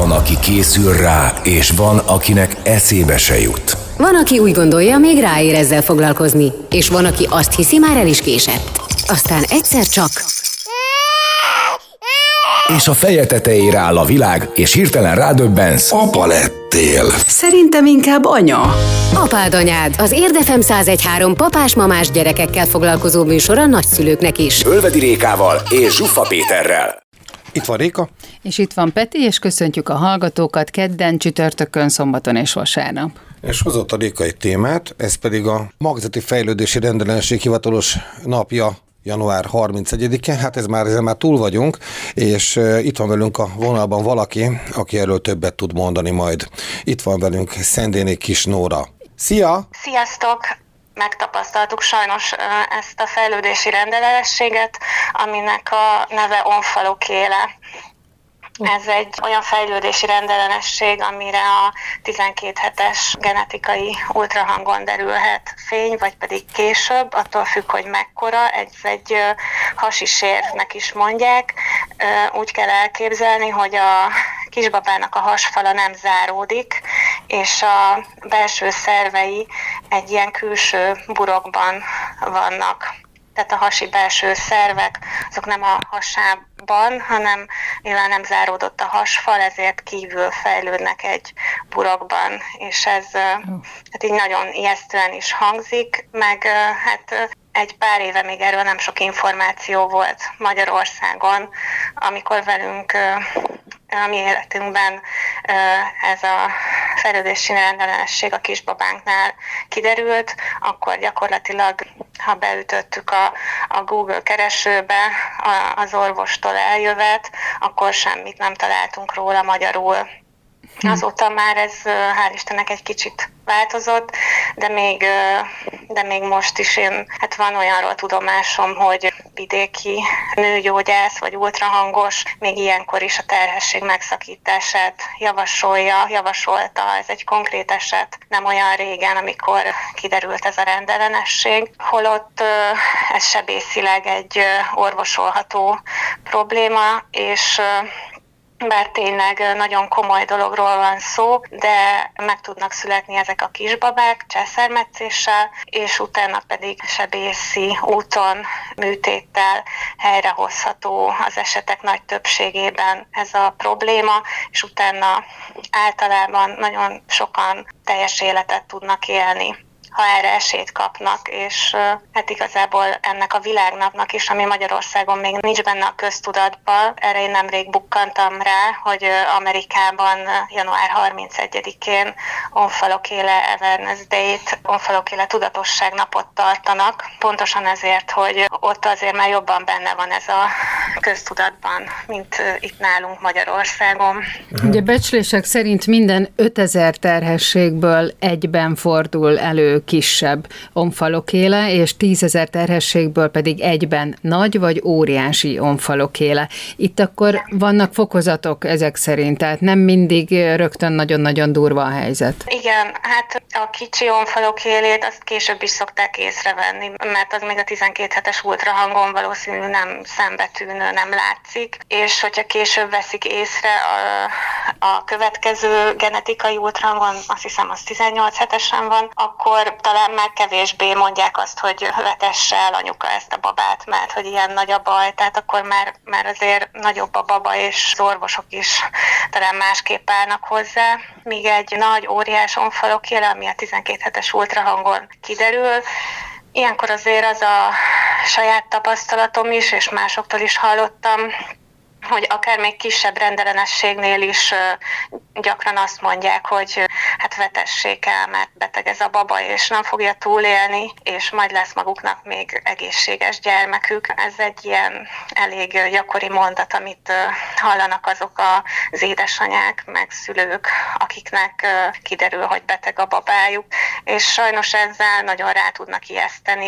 Van, aki készül rá, és van, akinek eszébe se jut. Van, aki úgy gondolja, még ráér ezzel foglalkozni, és van, aki azt hiszi, már el is késett. Aztán egyszer csak... És a feje tetejére áll a világ, és hirtelen rádöbbensz. Apa lettél. Szerintem inkább anya. Apád anyád, az Érdefem 101.3 papás-mamás gyerekekkel foglalkozó műsor a nagyszülőknek is. Ölvedi Rékával és Zsuffa Péterrel. Itt van Réka. És itt van Peti, és köszöntjük a hallgatókat kedden, csütörtökön, szombaton és vasárnap. És hozott a Réka egy témát, ez pedig a magzati fejlődési rendellenesség hivatalos napja, január 31-e, hát ezzel már túl vagyunk, és itt van velünk a vonalban valaki, aki erről többet tud mondani majd. Itt van velünk Szendéné Kis Nóra. Szia! Sziasztok! Megtapasztaltuk sajnos ezt a fejlődési rendellenességet, aminek a neve omfalokéle. Ez egy olyan fejlődési rendellenesség, amire a 12 hetes genetikai ultrahangon derülhet fény, vagy pedig később, attól függ, hogy mekkora. Ez egy hasisérvnek is mondják. Úgy kell elképzelni, hogy a kisbabának a hasfala nem záródik, és a belső szervei egy ilyen külső burokban vannak. Tehát a hasi belső szervek, azok nem a hasában, hanem mivel nem záródott a hasfal, ezért kívül fejlődnek egy burokban, és ez hát így nagyon ijesztően is hangzik, meg hát egy pár éve még erről nem sok információ volt Magyarországon, amikor velünk a mi életünkben ez a fejlődési rendellenesség a kisbabánknál kiderült, akkor gyakorlatilag, ha beütöttük a Google keresőbe az orvostól eljövet, akkor semmit nem találtunk róla magyarul. Azóta már ez hál' Istennek egy kicsit változott, de még most is hát van olyanról tudomásom, hogy vidéki nőgyógyász vagy ultrahangos még ilyenkor is a terhesség megszakítását javasolta. Ez egy konkrét eset, nem olyan régen, amikor kiderült ez a rendellenesség, holott ez sebészileg egy orvosolható probléma, és bár tényleg nagyon komoly dologról van szó, de meg tudnak születni ezek a kisbabák császármetszéssel, és utána pedig sebészi úton, műtéttel helyrehozható az esetek nagy többségében ez a probléma, és utána általában nagyon sokan teljes életet tudnak élni, ha erre esélyt kapnak, és hát igazából ennek a világnapnak is, ami Magyarországon még nincs benne a köztudatban, erre én nemrég bukkantam rá, hogy Amerikában január 31-én Omfalokéle Awareness Day-t, Omfalokéle tudatosság napot tartanak, pontosan ezért, hogy ott azért már jobban benne van ez a köztudatban, mint itt nálunk Magyarországon. Ugye becslések szerint minden 5000 terhességből egyben fordul elő kisebb omfalokéle, és 10 000 terhességből pedig egyben nagy vagy óriási omfalokéle. Itt akkor vannak fokozatok ezek szerint, tehát nem mindig rögtön nagyon-nagyon durva a helyzet. Igen, hát a kicsi omfalokélét azt később is szokták észrevenni, mert az még a 12 hetes ultrahangon valószínűleg nem szembetűnő, nem látszik, és hogyha később veszik észre a következő genetikai ultrahangon, azt hiszem az 18 hetesen van, akkor talán már kevésbé mondják azt, hogy vetesse el anyuka ezt a babát, mert hogy ilyen nagy a baj, tehát akkor már azért nagyobb a baba, és az orvosok is talán másképp állnak hozzá, míg egy nagy óriás omfalokéle, ami a 12 hetes ultrahangon kiderül, ilyenkor azért az a saját tapasztalatom is, és másoktól is hallottam, hogy akár még kisebb rendellenességnél is gyakran azt mondják, hogy hát vetessék el, mert beteg ez a baba, és nem fogja túlélni, és majd lesz maguknak még egészséges gyermekük. Ez egy ilyen elég gyakori mondat, amit hallanak azok az édesanyák, meg szülők, akiknek kiderül, hogy beteg a babájuk, és sajnos ezzel nagyon rá tudnak ijeszteni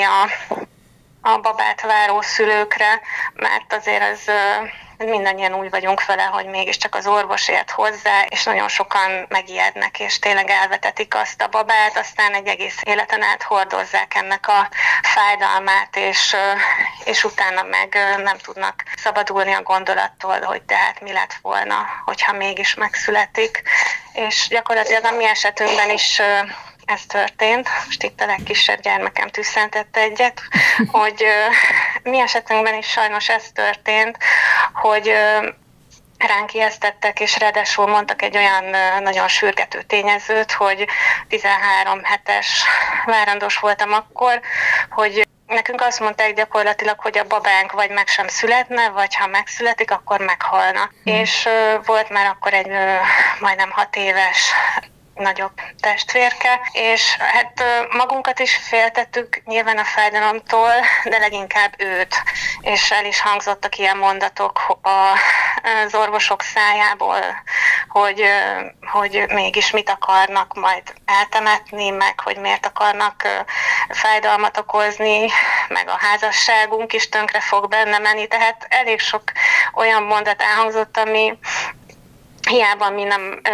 a babát váró szülőkre, mert azért az mindannyian úgy vagyunk vele, hogy mégiscsak az orvos ért hozzá, és nagyon sokan megijednek, és tényleg elvetetik azt a babát, aztán egy egész életen át hordozzák ennek a fájdalmát, és és utána meg nem tudnak szabadulni a gondolattól, hogy tehát mi lett volna, hogyha mégis megszületik. És gyakorlatilag a mi esetünkben is ez történt. Most itt a legkisebb gyermekem tüsszentette egyet, hogy mi esetünkben is sajnos ez történt, hogy ránk ijesztettek, és ráadásul mondtak egy olyan nagyon sürgető tényezőt, hogy 13 hetes várandós voltam akkor, hogy nekünk azt mondták gyakorlatilag, hogy a babánk vagy meg sem születne, vagy ha megszületik, akkor meghalna. És volt már akkor egy majdnem 6 éves nagyobb testvérke, és hát magunkat is féltettük nyilván a fájdalomtól, de leginkább őt, és el is hangzottak ilyen mondatok az orvosok szájából, hogy mégis mit akarnak majd eltemetni, meg hogy miért akarnak fájdalmat okozni, meg a házasságunk is tönkre fog benne menni, tehát elég sok olyan mondat elhangzott, ami hiába mi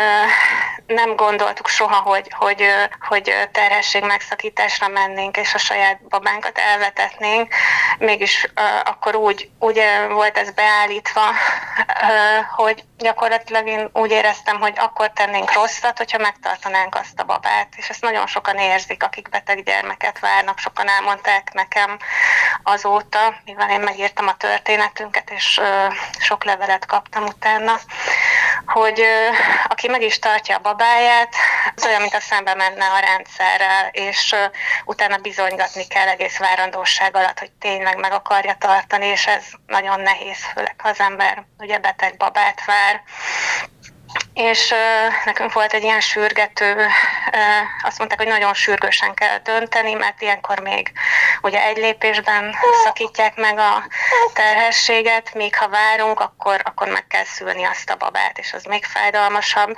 nem gondoltuk soha, hogy terhesség megszakításra mennénk, és a saját babánkat elvetetnénk. Mégis akkor úgy volt ez beállítva, hogy gyakorlatilag én úgy éreztem, hogy akkor tennénk rosszat, hogyha megtartanánk azt a babát. És ezt nagyon sokan érzik, akik beteg gyermeket várnak. Sokan elmondták nekem azóta, mivel én megírtam a történetünket, és sok levelet kaptam utána, hogy aki meg is tartja a babáját, az olyan, mint a szembe menne a rendszerrel, és utána bizonygatni kell egész várandóság alatt, hogy tényleg meg akarja tartani, és ez nagyon nehéz, főleg ha az ember ugye beteg babát vár. És nekünk volt egy ilyen sürgető, azt mondták, hogy nagyon sürgősen kell dönteni, mert ilyenkor még ugye egy lépésben szakítják meg a terhességet, még ha várunk, akkor meg kell szülni azt a babát, és az még fájdalmasabb.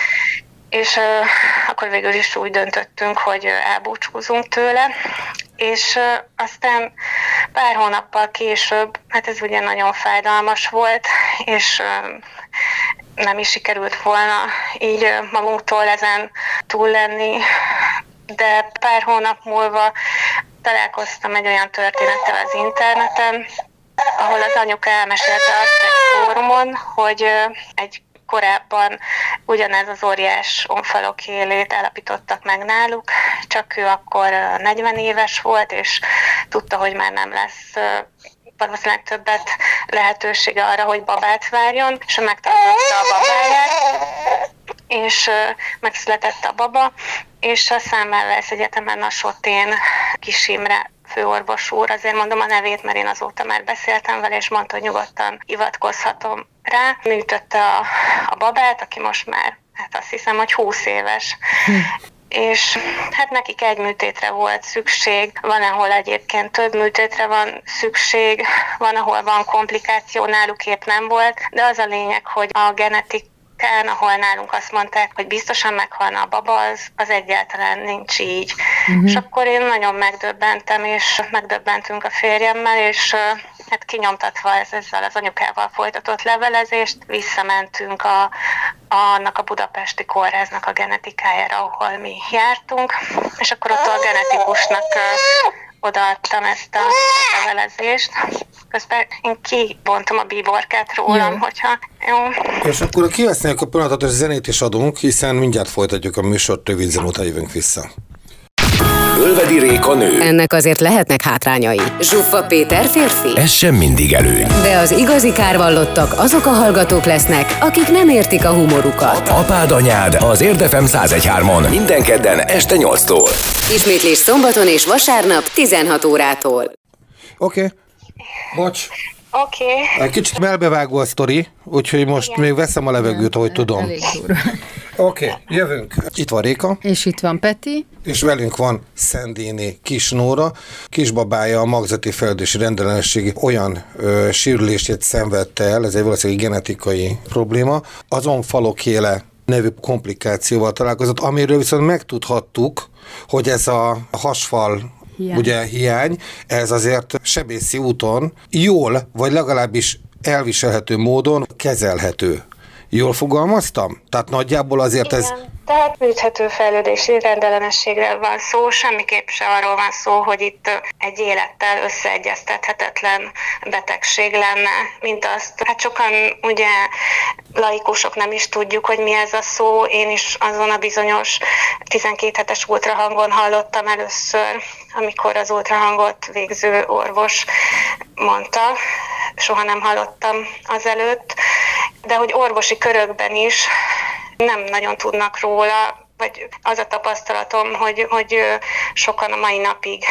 És akkor végül is úgy döntöttünk, hogy elbúcsúzunk tőle, és aztán pár hónappal később, hát ez ugye nagyon fájdalmas volt, és nem is sikerült volna így magunktól ezen túl lenni, de pár hónap múlva találkoztam egy olyan történettel az interneten, ahol az anyuka elmesélte azt egy fórumon, hogy egy korábban ugyanez az óriás omfalokélét állapítottak meg náluk, csak ő akkor 40 éves volt, és tudta, hogy már nem lesz valószínűleg többet lehetősége arra, hogy babát várjon, és megtartotta a babáját, és megszületett a baba, és a Szemmelweis Egyetemen a Sotén Kis Imre főorvos úr, azért mondom a nevét, mert én azóta már beszéltem vele, és mondta, hogy nyugodtan hivatkozhatom rá. Műtötte a babát, aki most már, hát azt hiszem, hogy 20 éves. És hát nekik egy műtétre volt szükség, van, ahol egyébként több műtétre van szükség, van, ahol van komplikáció, náluk épp nem volt, de az a lényeg, hogy a genetikán, ahol nálunk azt mondták, hogy biztosan meghalna a baba, az egyáltalán nincs így. És akkor én nagyon megdöbbentem, és megdöbbentünk a férjemmel, és hát kinyomtatva ezzel az anyukával folytatott levelezést, visszamentünk annak a budapesti kórháznak a genetikájára, ahol mi jártunk, és akkor ott a genetikusnak odaadtam ezt a levelezést. Közben én kibontom a bíborkát rólam, hogyha jó. És akkor kivesznék a pillanatot, és zenét is adunk, hiszen mindjárt folytatjuk a műsort, rövid zene után jövünk vissza. Ölvedi Réka nő. Ennek azért lehetnek hátrányai. Zsuffa Péter férfi. Ez sem mindig előny. De az igazi kárvallottak azok a hallgatók lesznek, akik nem értik a humorukat. Apád, anyád az Érd FM 101.3-on minden kedden este 8-tól. Ismétlés szombaton és vasárnap 16 órától. Oké. Bocs. Oké. Egy kicsit melbevágó a sztori, úgyhogy most még veszem a levegőt, ahogy tudom. Oké, jövünk. Itt van Réka. És itt van Peti. És velünk van Szendéné Kis Nóra. Kisbabája a magzati fejlődési rendellenesség olyan sérülését szenvedte el, ez egy valószínűleg genetikai probléma. Az omfalokéle nevű komplikációval találkozott, amiről viszont megtudhattuk, hogy ez a hasfal hiány, ez azért sebészi úton jól, vagy legalábbis elviselhető módon kezelhető. Jól fogalmaztam? Tehát nagyjából azért igen, ez... Tehát műthető fejlődési rendellenességről van szó, semmiképp se arról van szó, hogy itt egy élettel összeegyeztethetetlen betegség lenne, mint azt. Hát sokan ugye laikusok nem is tudjuk, hogy mi ez a szó. Én is azon a bizonyos 12 hetes ultrahangon hallottam először, amikor az ultrahangot végző orvos mondta. Soha nem hallottam azelőtt, de hogy orvosi körökben is nem nagyon tudnak róla, vagy az a tapasztalatom, hogy sokan a mai napig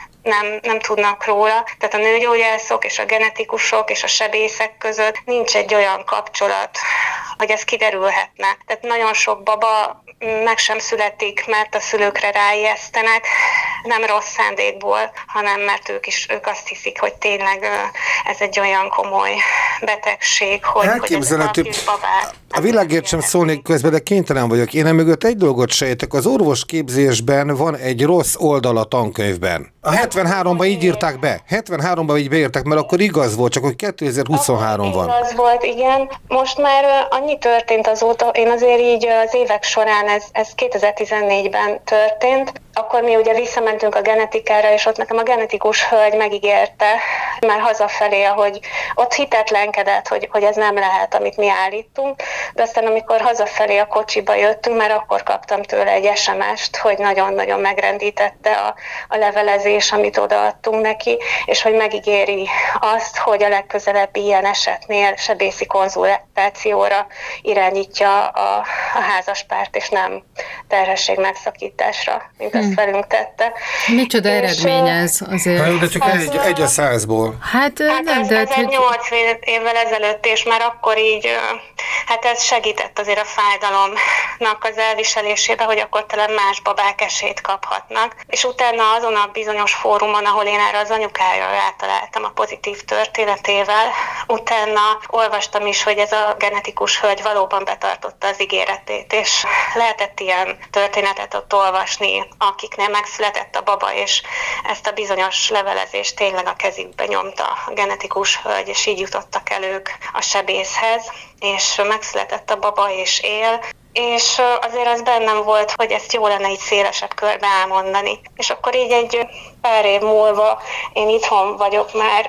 nem tudnak róla. Tehát a nőgyógyászok és a genetikusok és a sebészek között nincs egy olyan kapcsolat, hogy ez kiderülhetne. Tehát nagyon sok baba meg sem születik, mert a szülőkre ráijesztenek, nem rossz szándékból, hanem mert ők azt hiszik, hogy tényleg ez egy olyan komoly betegség, hogy elképzelhető. A világért sem szólnék közben, de kénytelen vagyok. Én emögött egy dolgot sejtek, az orvosképzésben van egy rossz oldal a tankönyvben. A 73-ban így írták be. 73-ban így beírták, mert akkor igaz volt, csak hogy 2023 van. Igaz volt, igen. Most már annyi történt azóta, én azért így az évek során, ez 2014-ben történt, akkor mi ugye visszamentünk a genetikára, és ott nekem a genetikus hölgy megígérte már hazafelé, hogy ott hitetlenkedett, hogy ez nem lehet, amit mi állítunk, de aztán amikor hazafelé a kocsiba jöttünk, már akkor kaptam tőle egy SMS-t, hogy nagyon-nagyon megrendítette a levelezés, amit odaadtunk neki, és hogy megígéri azt, hogy a legközelebbi ilyen esetnél sebészi konzultációra irányítja a házaspárt, és nem terhesség megszakításra, mint azt velünk tette. Micsoda eredmény ez azért. De csak egy a 100-ból. Hát nem, de... Ez 8 évvel ezelőtt, és már akkor így, hát ez segített azért a fájdalomnak az elviselésébe, hogy akkor talán más babák esélyt kaphatnak. És utána azon a bizonyos fórumon, ahol én erre az anyukára rátaláltam a pozitív történetével, utána olvastam is, hogy ez a genetikus hölgy valóban betartotta az ígéretét, és lehetett ilyen történetet ott olvasni, akiknél megszületett a baba, és ezt a bizonyos levelezést tényleg a kezükbe nyomta a genetikus hölgy, és így jutottak el ők a sebészhez, és megszületett a baba, és él, és azért az bennem volt, hogy ezt jó lenne így szélesebb körbe elmondani. És akkor így egy pár év múlva én itthon vagyok már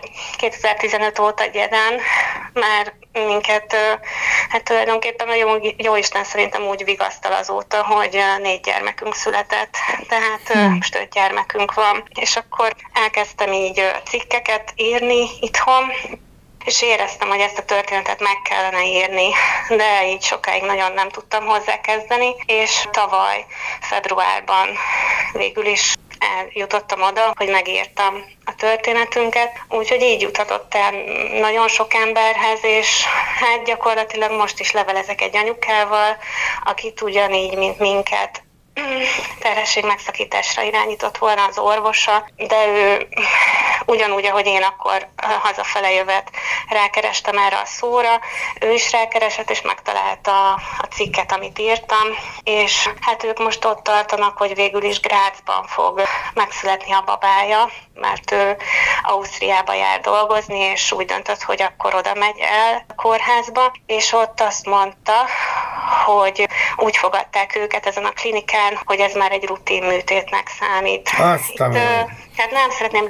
2015 óta gyeden, már minket, hát tulajdonképpen a jó Isten szerintem úgy vigasztal azóta, hogy 4 gyermekünk született, tehát most 5 gyermekünk van. És akkor elkezdtem így cikkeket írni itthon, és éreztem, hogy ezt a történetet meg kellene írni, de így sokáig nagyon nem tudtam hozzákezdeni, és tavaly februárban végül is eljutottam oda, hogy megírtam a történetünket, úgyhogy így juthatott el nagyon sok emberhez, és hát gyakorlatilag most is levelezek egy anyukával, akit ugyanígy, mint minket, terhesség megszakításra irányított volna az orvosa, de ő ugyanúgy, ahogy én akkor hazafele jövet rákerestem erre a szóra, ő is rákeresett, és megtalálta a cikket, amit írtam, és hát ők most ott tartanak, hogy végül is Grazban fog megszületni a babája, mert ő Ausztriába jár dolgozni, és úgy döntött, hogy akkor oda megy el a kórházba, és ott azt mondta, hogy úgy fogadták őket ezen a klinikán, hogy ez már egy rutin műtétnek számít. Tehát nem szeretném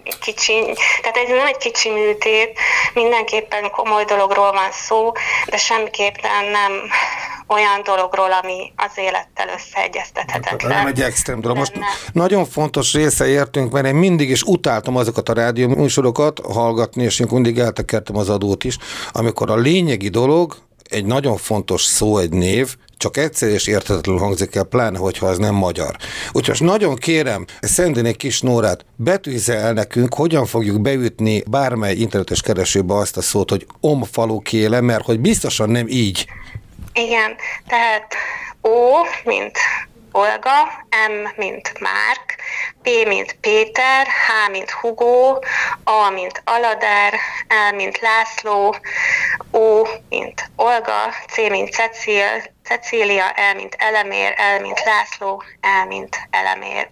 tehát ez nem egy kicsi műtét, mindenképpen komoly dologról van szó, de semmiképpen nem olyan dologról, ami az élettel összeegyeztethetetlen. Nem egy extrém dolog. Most nagyon fontos része értünk, mert én mindig is utáltam azokat a rádió műsorokat hallgatni, és én mindig eltekertem az adót is, amikor a lényegi dolog, egy nagyon fontos szó, egy név, csak egyszer és érthetetlenül hangzik el, pláne, hogyha az nem magyar. Úgyhogy nagyon kérem, Szendiné Kis Nórát, betűzze el nekünk, hogyan fogjuk beütni bármely internetes keresőbe azt a szót, hogy omfalókéle, mert hogy biztosan nem így. Igen, tehát O, mint Olga, M, mint Márk, P mint Péter, H mint Hugo, A mint Aladár, L mint László, O mint Olga, C mint Cecília, L mint Elemér, L mint László, L mint Elemér.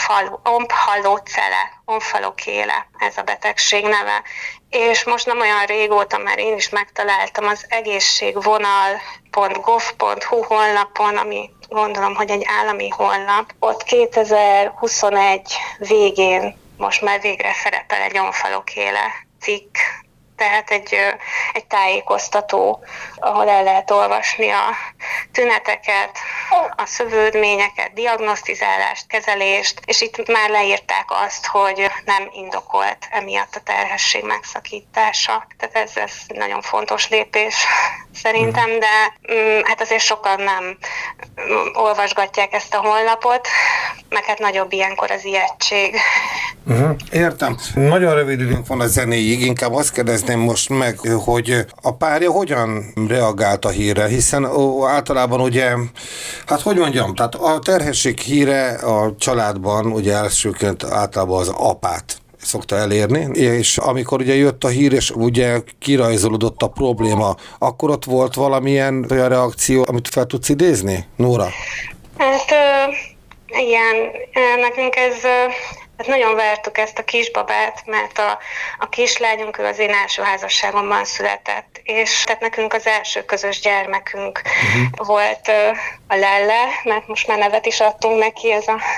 Omfalokéle, ez a betegség neve. És most nem olyan régóta már én is megtaláltam az egészségvonal.gov.hu honlapon, ami gondolom, hogy egy állami honlap. Ott 2021 végén most már végre szerepel egy omfalokéle cikk, tehát egy tájékoztató, ahol el lehet olvasni a tüneteket, a szövődményeket, diagnosztizálást, kezelést, és itt már leírták azt, hogy nem indokolt emiatt a terhesség megszakítása. Tehát ez nagyon fontos lépés szerintem, de hát azért sokan nem olvasgatják ezt a honlapot, meg hát nagyobb ilyenkor az ijegység. Értem. Nagyon rövid időnk van a zenéig, inkább azt kérdezném most meg, hogy a párja hogyan reagált a hírre, hiszen általában ugye, hát hogy mondjam, tehát a terhesség híre a családban ugye elsőként általában az apát szokta elérni, és amikor ugye jött a hír, és ugye kirajzolódott a probléma, akkor ott volt valamilyen olyan reakció, amit fel tudsz idézni, Nóra? Hát igen, nekünk ez... Hát nagyon vártuk ezt a kisbabát, mert a kislányunk, ő az én első házasságomban született, és tehát nekünk az első közös gyermekünk volt a Lelle, mert most már nevet is adtunk neki, ez a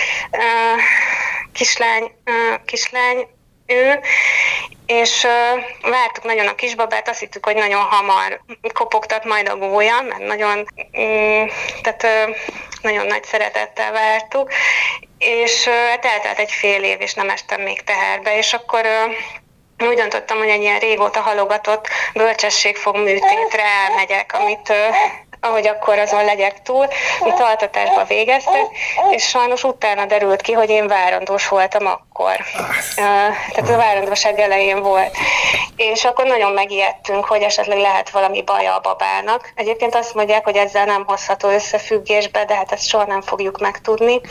kislány ő, és vártuk nagyon a kisbabát, azt hittük, hogy nagyon hamar kopogtat majd a gólya, mert nagyon nagy szeretettel vártuk, és hát eltelt egy fél év, és nem estem még teherbe, és akkor úgy döntöttem, hogy egy ilyen régóta halogatott bölcsességfog műtétre elmegyek, ahogy akkor azon legyek túl, amit altatásba végeztek, és sajnos utána derült ki, hogy én várandós voltam akkor. Tehát a várandóság elején volt. És akkor nagyon megijedtünk, hogy esetleg lehet valami baja a babának. Egyébként azt mondják, hogy ezzel nem hozható összefüggésbe, de hát ezt soha nem fogjuk megtudni.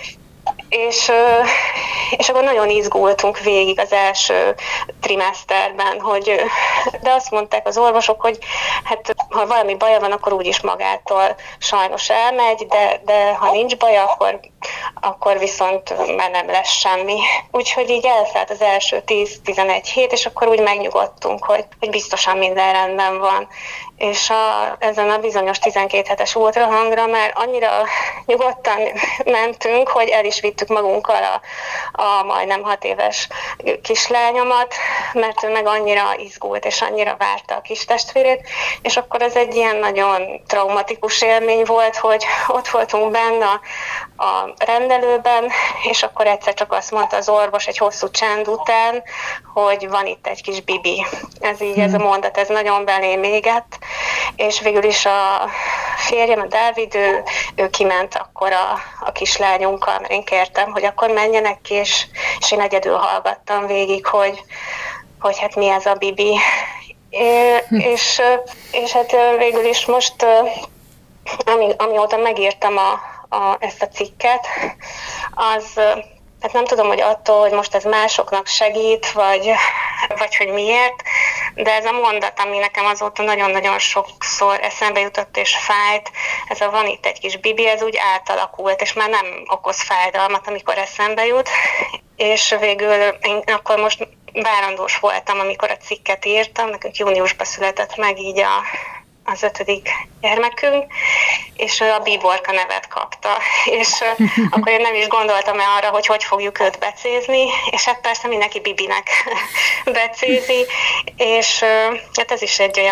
És akkor nagyon izgultunk végig az első trimeszterben, de azt mondták az orvosok, hogy hát ha valami baja van, akkor úgyis magától sajnos elmegy, de ha nincs baja, akkor viszont már nem lesz semmi. Úgyhogy így elszállt az első 10-11 hét, és akkor úgy megnyugodtunk, hogy biztosan minden rendben van. És ezen a bizonyos 12 hetes ultrahangra már annyira nyugodtan mentünk, hogy el is vittük magunkkal a majdnem 6 éves kislányomat, mert ő meg annyira izgult, és annyira várta a kis testvérét, és akkor ez egy ilyen nagyon traumatikus élmény volt, hogy ott voltunk benne a rendelőben, és akkor egyszer csak azt mondta az orvos egy hosszú csend után, hogy van itt egy kis bibi. Ez a mondat, ez nagyon belém égett, és végül is a férjem, a Dávid, ő kiment akkor a kislányunkkal, mert én kértem, hogy akkor menjenek ki, és én egyedül hallgattam végig, hogy hát mi ez a bibi. És hát végül is most, amióta megírtam ezt a cikket, hát nem tudom, hogy attól, hogy most ez másoknak segít, vagy hogy miért, de ez a mondat, ami nekem azóta nagyon-nagyon sokszor eszembe jutott és fájt, ez a van itt egy kis bibi, ez úgy átalakult, és már nem okoz fájdalmat, amikor eszembe jut, és végül én akkor most várandós voltam, amikor a cikket írtam, nekünk júniusban született meg így az 5. gyermekünk, és a Bíborka nevet kapta. És akkor én nem is gondoltam arra, hogy fogjuk őt becézni, és hát persze mindenki Bibinek becézi, és hát ez is egy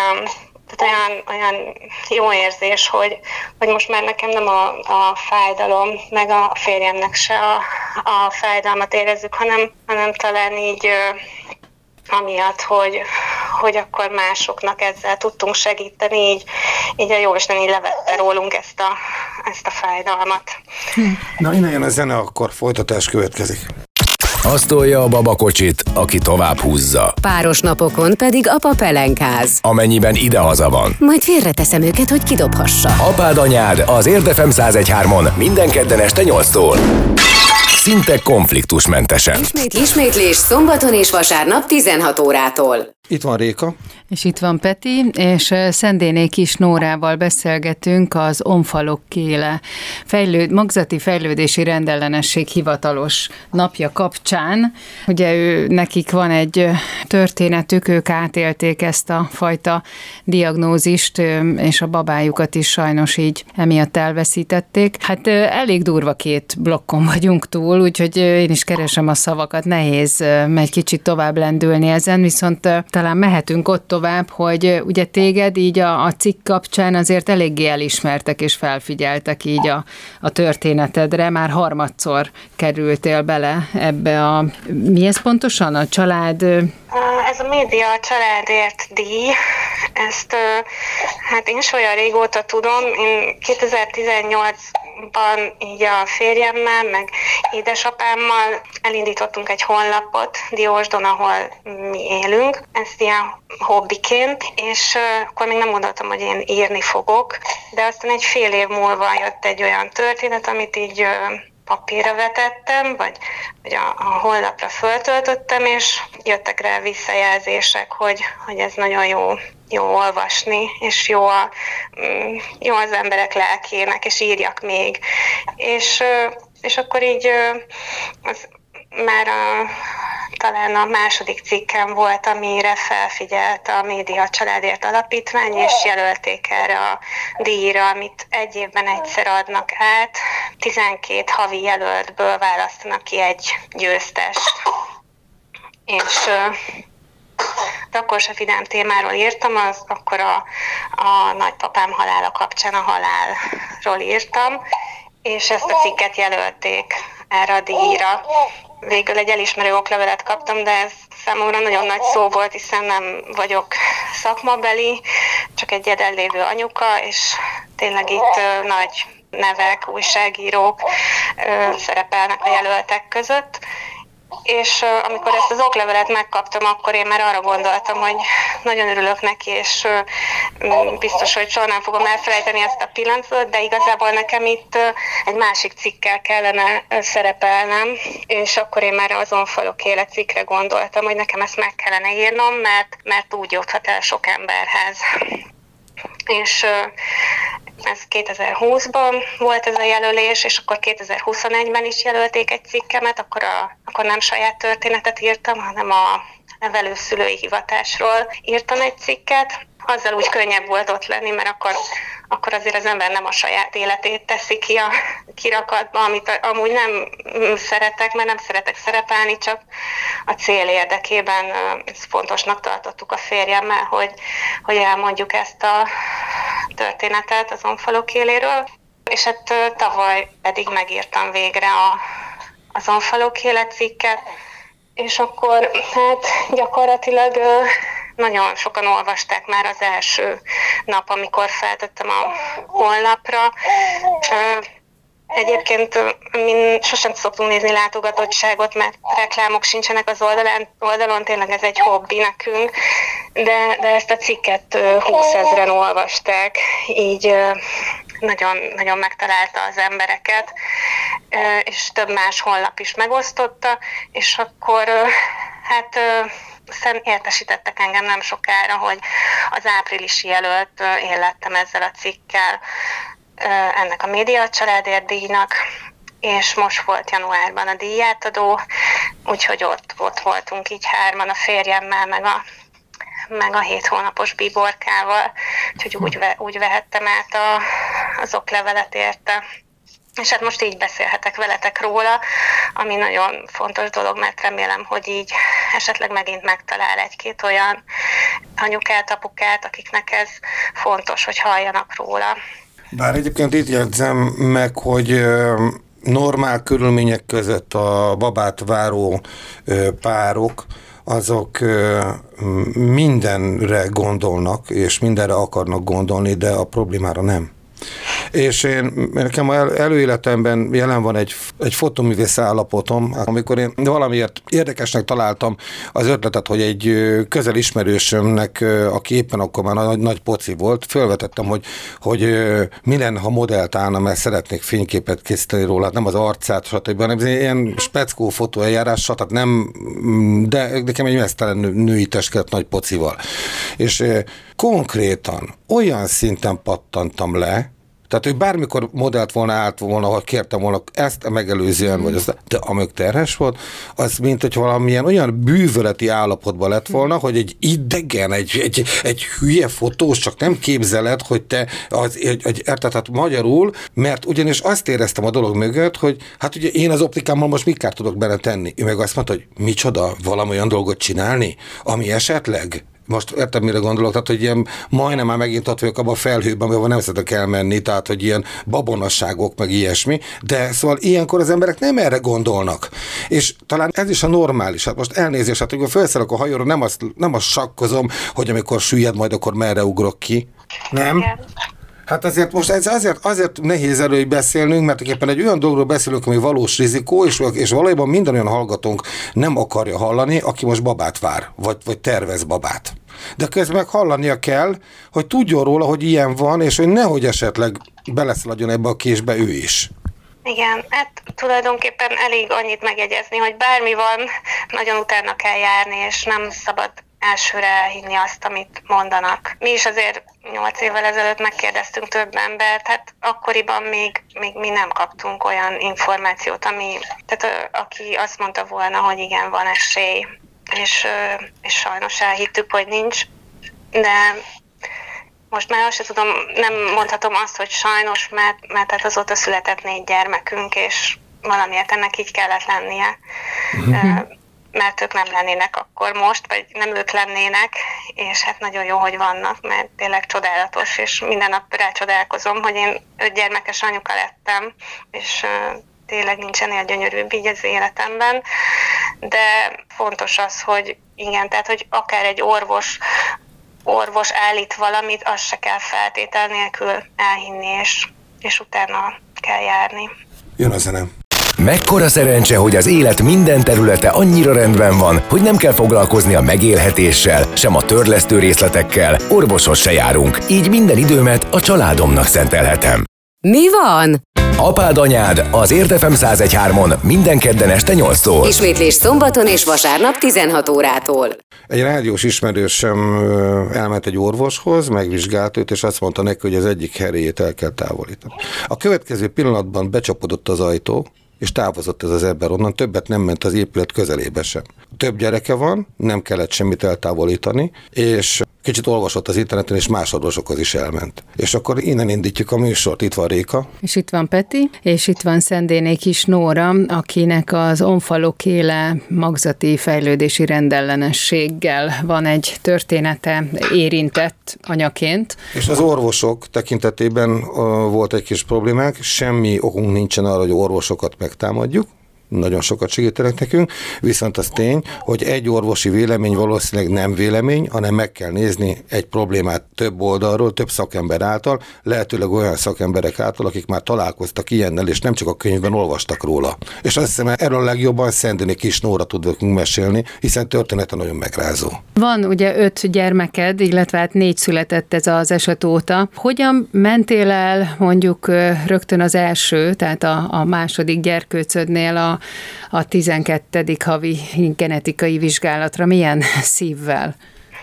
olyan jó érzés, hogy most már nekem nem a fájdalom, meg a férjemnek se a fájdalmat érezzük, hanem talán így amiatt, hogy akkor másoknak ezzel tudtunk segíteni, így a Jóisten így levette rólunk ezt a fájdalmat. Na, innen jön a zene, akkor folytatás következik. Azt tolja a babakocsit, aki tovább húzza. Páros napokon pedig apa pelenkáz. Amennyiben idehaza van. Majd félreteszem őket, hogy kidobhassa. Apád anyád az Érdefem 101.3-on minden kedden este 8-tól. Szinte konfliktusmentesen. Ismétlés szombaton és vasárnap 16 órától. Itt van Réka. És itt van Peti, és Szendéné Kis Nórával beszélgetünk az Omfalokkéle magzati fejlődési rendellenesség hivatalos napja kapcsán. Ugye nekik van egy történetük, ők átélték ezt a fajta diagnózist, és a babájukat is sajnos így emiatt elveszítették. Hát elég durva 2 blokkon vagyunk túl, úgyhogy én is keresem a szavakat, nehéz egy kicsit tovább lendülni ezen, viszont talán mehetünk ott tovább, hogy ugye téged így a cikk kapcsán azért eléggé elismertek és felfigyeltek így a történetedre. Már harmadszor kerültél bele ebbe mi ez pontosan? A család... Ez a Média a Családért díj, ezt hát én is olyan régóta tudom, én 2018-ban így a férjemmel, meg édesapámmal elindítottunk egy honlapot Diósdon, ahol mi élünk, ezt ilyen hobbiként, és akkor még nem gondoltam, hogy én írni fogok, de aztán egy fél év múlva jött egy olyan történet, amit így papírra vetettem, vagy a honlapra föltöltöttem, és jöttek rá visszajelzések, hogy ez nagyon jó olvasni, és jó az emberek lelkének, és írjak még. És akkor így már talán a második cikkem volt, amire felfigyelt a Média Családért Alapítvány, és jelölték erre a díjra, amit egy évben egyszer adnak át. 12 havi jelöltből választanak ki egy győztest. És akkor se vidám témáról írtam, akkor a nagypapám halála kapcsán a halálról írtam, és ezt a cikket jelölték erre a díjra. Végül egy elismerő oklevelet kaptam, de ez számomra nagyon nagy szó volt, hiszen nem vagyok szakmabeli, csak egy jelenlévő anyuka, és tényleg itt nagy nevek, újságírók szerepelnek a jelöltek között. És amikor ezt az oklevelet megkaptam, akkor én már arra gondoltam, hogy nagyon örülök neki, és biztos, hogy soha nem fogom elfelejteni ezt a pillanatot, de igazából nekem itt egy másik cikkel kellene szerepelnem, és akkor én már az Omfalokkéle cikkre gondoltam, hogy nekem ezt meg kellene írnom, mert úgy juthat el sok emberhez. És ez 2020-ban volt ez a jelölés, és akkor 2021-ben is jelölték egy cikkemet, akkor nem saját történetet írtam, hanem a nevelőszülői hivatásról írtam egy cikket. Azzal úgy könnyebb volt ott lenni, mert akkor azért az ember nem a saját életét teszi ki a kirakatba, amit amúgy nem szeretek, mert nem szeretek szerepelni, csak a cél érdekében ezt fontosnak tartottuk a férjemmel, hogy elmondjuk ezt a történetet az Omfalokkéléről. És hát tavaly pedig megírtam végre az Omfalokkéle cikket, és akkor hát gyakorlatilag nagyon sokan olvasták már az első nap, amikor feltettem a honlapra. Egyébként mi sosem szoktunk nézni látogatottságot, mert reklámok sincsenek az oldalon, tényleg ez egy hobbi nekünk, de ezt a cikket 20 000-en olvasták, így nagyon, nagyon megtalálta az embereket, és több más honlap is megosztotta, és akkor hát aztán értesítettek engem nem sokára, hogy az áprilisi jelölt én lettem ezzel a cikkel ennek a Média Családért díjnak, és most volt januárban a díjátadó, úgyhogy ott voltunk így hárman a férjemmel, meg a 7 hónapos Biborkával, úgyhogy úgy vehettem át az oklevelet érte. És hát most így beszélhetek veletek róla, ami nagyon fontos dolog, mert remélem, hogy így esetleg megint megtalál egy-két olyan anyukát, apukát, akiknek ez fontos, hogy halljanak róla. Bár egyébként itt jegyzem meg, hogy normál körülmények között a babát váró párok, azok mindenre gondolnak, és mindenre akarnak gondolni, de a problémára nem. És nekem előéletemben jelen van egy fotoművész állapotom, amikor én valamiért érdekesnek találtam az ötletet, hogy egy közel ismerősömnek, aki éppen akkor már nagy poci volt, fölvetettem, hogy mi lenne, ha modellt állna, mert szeretnék fényképet készíteni róla, nem az arcát, stb., hanem ilyen speckó fotóeljárással, tehát nem, de nekem egy mesztelen női testület nagy pocival. És konkrétan olyan szinten pattantam le, tehát, hogy bármikor modellt volna, állt volna, ha kértem volna ezt megelőzően, vagy azt, de amíg terhes volt, az mint, hogy valamilyen olyan bűvöleti állapotban lett volna, hogy egy idegen, egy hülye fotós, csak nem képzeled, hogy te érted magyarul, mert ugyanis azt éreztem a dolog mögött, hogy hát ugye én az optikámmal most mit tudok bele tenni. Ő meg azt mondta, hogy micsoda, valami olyan dolgot csinálni, ami esetleg most értem, mire gondolok, tehát, hogy ilyen majdnem már megint ott vagyok abban a felhőben, amivel nem szeretek elmenni, tehát, hogy ilyen babonasságok, meg ilyesmi, de szóval ilyenkor az emberek nem erre gondolnak. És talán ez is a normális. Hát most elnézést, hát amikor felszállok a hajóra, nem azt sakkozom, hogy amikor süllyed, majd akkor merre ugrok ki. Nem? Hát azért most ez azért nehéz erről beszélnünk, mert éppen egy olyan dologról beszélünk, ami valós rizikó, és valójában minden olyan hallgatónk nem akarja hallani, aki most babát vár, vagy tervez babát. De közben meg hallania kell, hogy tudjon róla, hogy ilyen van, és hogy nehogy esetleg beleszaladjon ebbe a késbe ő is. Igen, hát tulajdonképpen elég annyit megjegyezni, hogy bármi van, nagyon utána kell járni, és nem szabad elsőre elhinni azt, amit mondanak. Mi is azért 8 évvel ezelőtt megkérdeztünk több embert, hát akkoriban még mi nem kaptunk olyan információt, tehát aki azt mondta volna, hogy igen, van esély, és sajnos elhittük, hogy nincs, de most már azt sem tudom, nem mondhatom azt, hogy sajnos, mert hát azóta született 4 gyermekünk, és valamiért ennek így kellett lennie. Mert ők nem lennének akkor most, vagy nem ők lennének, és hát nagyon jó, hogy vannak, mert tényleg csodálatos, és minden nap rácsodálkozom, hogy én 5 gyermekes anyuka lettem, és tényleg nincsen ilyen gyönyörűbb így az életemben, de fontos az, hogy igen, tehát, hogy akár egy orvos állít valamit, azt se kell feltétel nélkül elhinni, és utána kell járni. Jön a zene. Mekkora szerencse, hogy az élet minden területe annyira rendben van, hogy nem kell foglalkozni a megélhetéssel, sem a törlesztő részletekkel, orvoshoz se járunk, így minden időmet a családomnak szentelhetem. Mi van? Apád anyád az Érd FM 101.3-on minden kedden este 8-tól. Ismétlés szombaton és vasárnap 16 órától. Egy rádiós ismerősöm elment egy orvoshoz, megvizsgált őt, és azt mondta neki, hogy az egyik heréjét el kell távolítani. A következő pillanatban becsapodott az ajtó, és távozott ez az ember onnan, többet nem ment az épület közelébe sem. Több gyereke van, nem kellett semmit eltávolítani, és kicsit olvasott az interneten, és más orvosokhoz is elment. És akkor innen indítjuk a műsort. Itt van Réka. És itt van Peti, és itt van Szendéné kis Nóra, akinek az omfalokéle magzati fejlődési rendellenességgel van egy története érintett anyaként. És az orvosok tekintetében volt egy kis problémák, semmi okunk nincsen arra, hogy orvosokat megtámadjuk, nagyon sokat segítenek nekünk, viszont az tény, hogy egy orvosi vélemény valószínűleg nem vélemény, hanem meg kell nézni egy problémát több oldalról, több szakember által, lehetőleg olyan szakemberek által, akik már találkoztak ilyennel, és nem csak a könyvben olvastak róla. És azt hiszem, erről legjobban Szendéné kis Nóra tud nekünk mesélni, hiszen története nagyon megrázó. Van ugye 5 gyermeked, illetve hát 4 született ez az eset óta. Hogyan mentél el mondjuk rögtön az első, tehát a második gyerkőcödnél a 12. havi genetikai vizsgálatra? Milyen szívvel?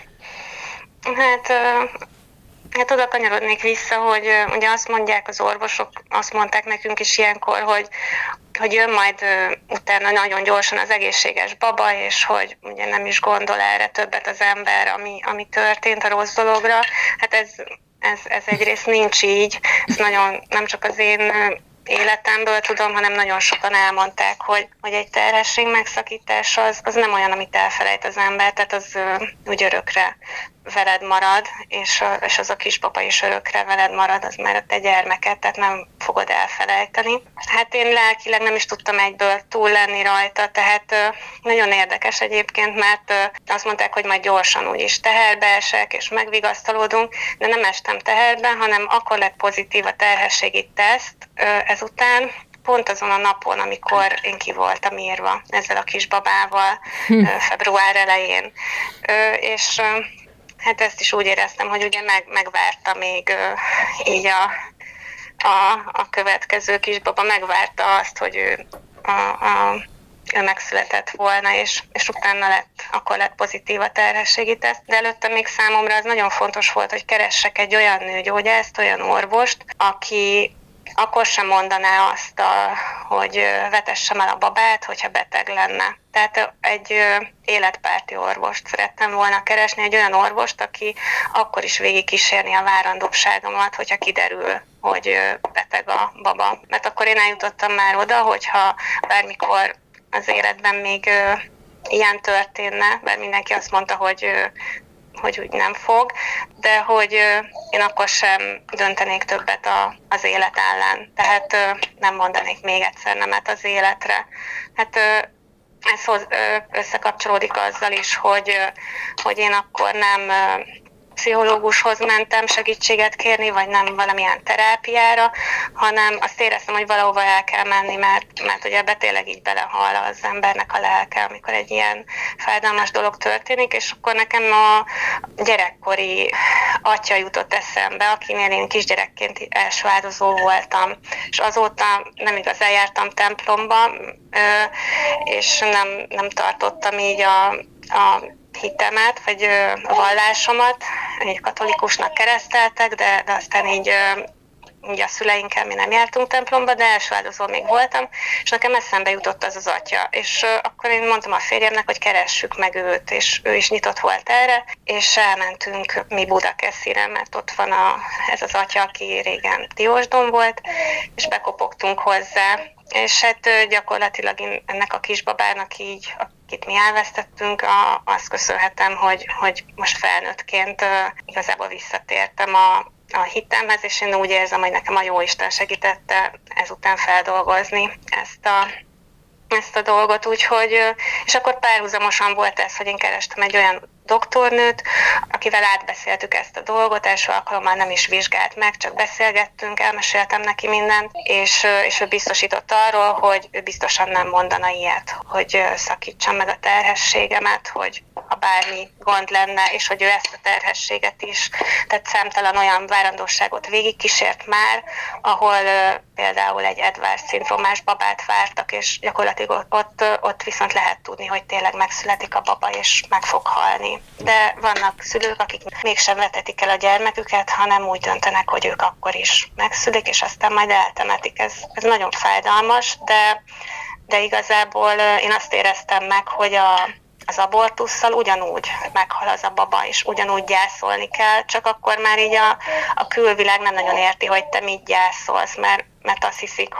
Hát oda kanyarodnék vissza, hogy ugye azt mondják az orvosok, azt mondták nekünk is ilyenkor, hogy jön majd utána nagyon gyorsan az egészséges baba, és hogy ugye nem is gondol erre többet az ember, ami történt a rossz dologra. Hát ez egyrészt nincs így, ez nagyon nem csak az én életemből tudom, hanem nagyon sokan elmondták, hogy egy terhesség megszakítás az nem olyan, amit elfelejt az ember, tehát az úgy örökre veled marad, és az a kisbaba is örökre veled marad, az már a te gyermeked, tehát nem fogod elfelejteni. Hát én lelkileg nem is tudtam egyből túl lenni rajta, tehát nagyon érdekes egyébként, mert azt mondták, hogy majd gyorsan úgyis teherbe esek, és megvigasztalódunk, de nem estem teherbe, hanem akkor lett pozitív a terhességi teszt ezután, pont azon a napon, amikor én ki voltam írva ezzel a kisbabával február elején. És hát ezt is úgy éreztem, hogy ugye megvárta még így a következő kisbaba, megvárta azt, hogy ő megszületett volna, és utána akkor lett pozitív a terhességi teszt. De előtte még számomra az nagyon fontos volt, hogy keressek egy olyan nőgyógyászt, olyan orvost, aki akkor sem mondaná azt, hogy vetessem el a babát, hogyha beteg lenne. Tehát egy életpárti orvost szerettem volna keresni, egy olyan orvost, aki akkor is végigkísérni a várandóságomat, hogyha kiderül, hogy beteg a baba. Mert akkor én eljutottam már oda, hogyha bármikor az életben még ilyen történne, mert mindenki azt mondta, hogy úgy nem fog, de hogy én akkor sem döntenék többet az élet ellen. Tehát nem mondanék még egyszer nemet az életre. Hát ez összekapcsolódik azzal is, hogy én akkor nem pszichológushoz mentem segítséget kérni, vagy nem valamilyen terápiára, hanem azt éreztem, hogy valahova el kell menni, mert ugye ebbe tényleg így belehal az embernek a lelke, amikor egy ilyen fájdalmas dolog történik, és akkor nekem a gyerekkori atya jutott eszembe, akinél én kisgyerekként első áldozó voltam, és azóta nem igazán jártam templomba, és nem tartottam így a hitemet, vagy a vallásomat, egy katolikusnak kereszteltek, de aztán így a szüleinkkel mi nem jártunk templomba, de első áldozó még voltam, és nekem eszembe jutott az atya. És akkor én mondtam a férjemnek, hogy keressük meg őt, és ő is nyitott volt erre, és elmentünk mi Budakeszire, mert ott van ez az atya, aki régen Diósdon volt, és bekopogtunk hozzá. És hát gyakorlatilag ennek a kisbabának így, akit mi elvesztettünk, azt köszönhetem, hogy most felnőttként igazából visszatértem a hitemhez, és én úgy érzem, hogy nekem a Jóisten segítette ezután feldolgozni ezt a dolgot, úgyhogy, és akkor párhuzamosan volt ez, hogy én kerestem egy olyan doktornőt, akivel átbeszéltük ezt a dolgot, első alkalommal nem is vizsgált meg, csak beszélgettünk, elmeséltem neki mindent, és ő biztosított arról, hogy ő biztosan nem mondana ilyet, hogy szakítsam meg a terhességemet, hogy ha bármi gond lenne, és hogy ő ezt a terhességet is, tehát számtalan olyan várandóságot végigkísért már, ahol például egy Edwards-szindrómás babát vártak, és gyakorlatilag ott viszont lehet tudni, hogy tényleg megszületik a baba, és meg fog halni. De vannak szülők, akik mégsem vetetik el a gyermeküket, hanem úgy döntenek, hogy ők akkor is megszülik, és aztán majd eltemetik. Ez nagyon fájdalmas, de igazából én azt éreztem meg, hogy az abortusszal ugyanúgy meghal az a baba, és ugyanúgy gyászolni kell, csak akkor már így a külvilág nem nagyon érti, hogy te mit gyászolsz, mert azt hiszik,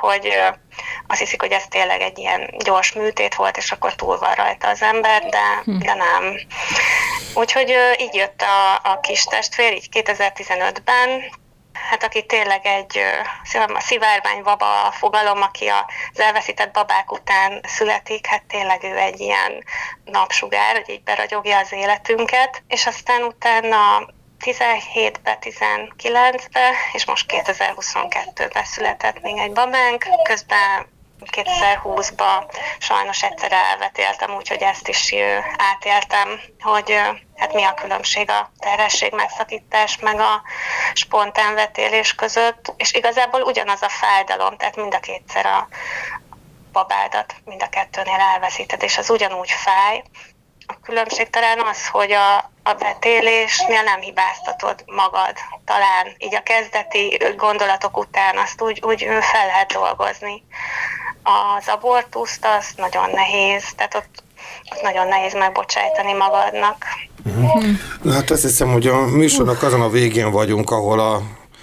hogy ez tényleg egy ilyen gyors műtét volt, és akkor túl van rajta az ember, de nem. Úgyhogy így jött a kis testvér, így 2015-ben, hát aki tényleg egy szivárványbaba fogalom, aki az elveszített babák után születik, hát tényleg ő egy ilyen napsugár, hogy így beragyogja az életünket, és aztán utána 17-be, 19-be, és most 2022-ben született még egy babánk, közben 2020-ban sajnos egyszer elvetéltem, úgyhogy ezt is átéltem, hogy hát mi a különbség a terhesség megszakítás meg a spontán vetélés között, és igazából ugyanaz a fájdalom, tehát mind a kétszer a babádat mind a kettőnél elveszíted, és az ugyanúgy fáj. A különbség talán az, hogy a vetélésnél nem hibáztatod magad. Talán így a kezdeti gondolatok után azt úgy fel lehet dolgozni. Az abortuszt az nagyon nehéz, tehát ott nagyon nehéz megbocsájtani magadnak. Na hát azt hiszem, hogy a műsornak azon a végén vagyunk, ahol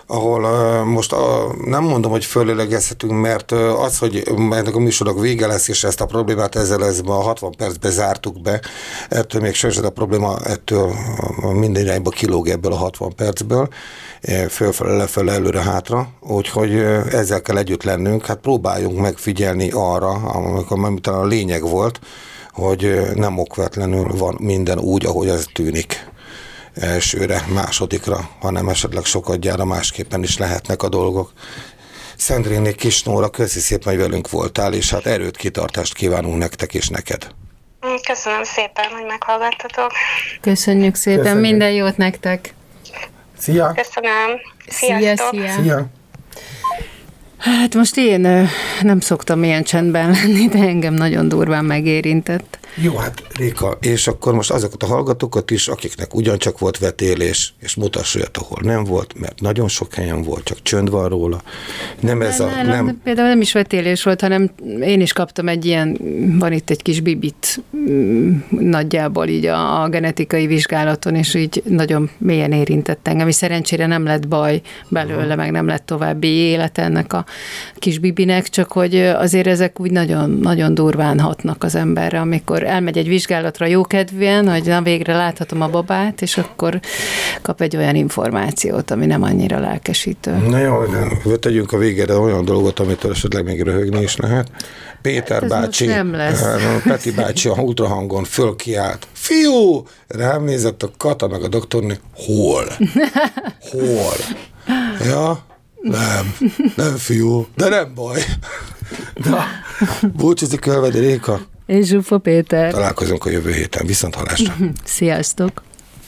ahol most nem mondom, hogy fölélegezhetünk, mert az, hogy ennek a műsorok vége lesz, és ezt a problémát ezzel a 60 percbe zártuk be, ettől még sajnos a probléma ettől minden irányba kilóg ebből a 60 percből, fölfele, lefele, előre, hátra, úgyhogy ezzel kell együtt lennünk, hát próbáljunk megfigyelni arra, amikor talán a lényeg volt, hogy nem okvetlenül van minden úgy, ahogy ez tűnik elsőre, másodikra, hanem esetleg sokadjára másképpen is lehetnek a dolgok. Szendréné Kisnóra, köszi szépen, hogy velünk voltál, és hát erőt, kitartást kívánunk nektek és neked. Köszönöm szépen, hogy meghallgattatok. Köszönjük szépen, köszönjük. Minden jót nektek. Szia! Köszönöm. Sziasztok! Szia! Hát most én nem szoktam ilyen csendben lenni, de engem nagyon durván megérintett. Jó, hát Réka, és akkor most azokat a hallgatókat is, akiknek ugyancsak volt vetélés, és mutass olyat, ahol nem volt, mert nagyon sok helyen volt, csak csönd van róla. Nem ez nem... Például nem is vetélés volt, hanem én is kaptam egy ilyen, van itt egy kis bibit nagyjából így a genetikai vizsgálaton, és így nagyon mélyen érintett engem, és szerencsére nem lett baj belőle, meg nem lett további élet ennek a kis bibinek, csak hogy azért ezek úgy nagyon, nagyon durván hatnak az emberre, amikor elmegy egy vizsgálatra jókedvűen, hogy na végre láthatom a babát, és akkor kap egy olyan információt, ami nem annyira lelkesítő. Na jó, de tegyünk a végére olyan dolgot, amitől esetleg még röhögni is lehet. Péter hát bácsi, nem lesz. Peti bácsi a ultrahangon fölkiált. Fiú! Rám nézett a Kata meg a doktorné. Hol? Hol? Ja? Nem fiú, de nem baj. Na, búcsúzik Ölvedi Réka. És Zsuffa Péter. Találkozunk a jövő héten. Viszonthallásra. Sziasztok!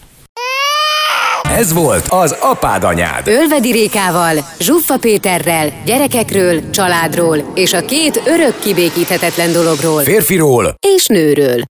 Ez volt az Apád Anyád. Ölvedi Rékával, Zsuffa Péterrel, gyerekekről, családról és a két örök kibékíthetetlen dologról. Férfiról És nőről.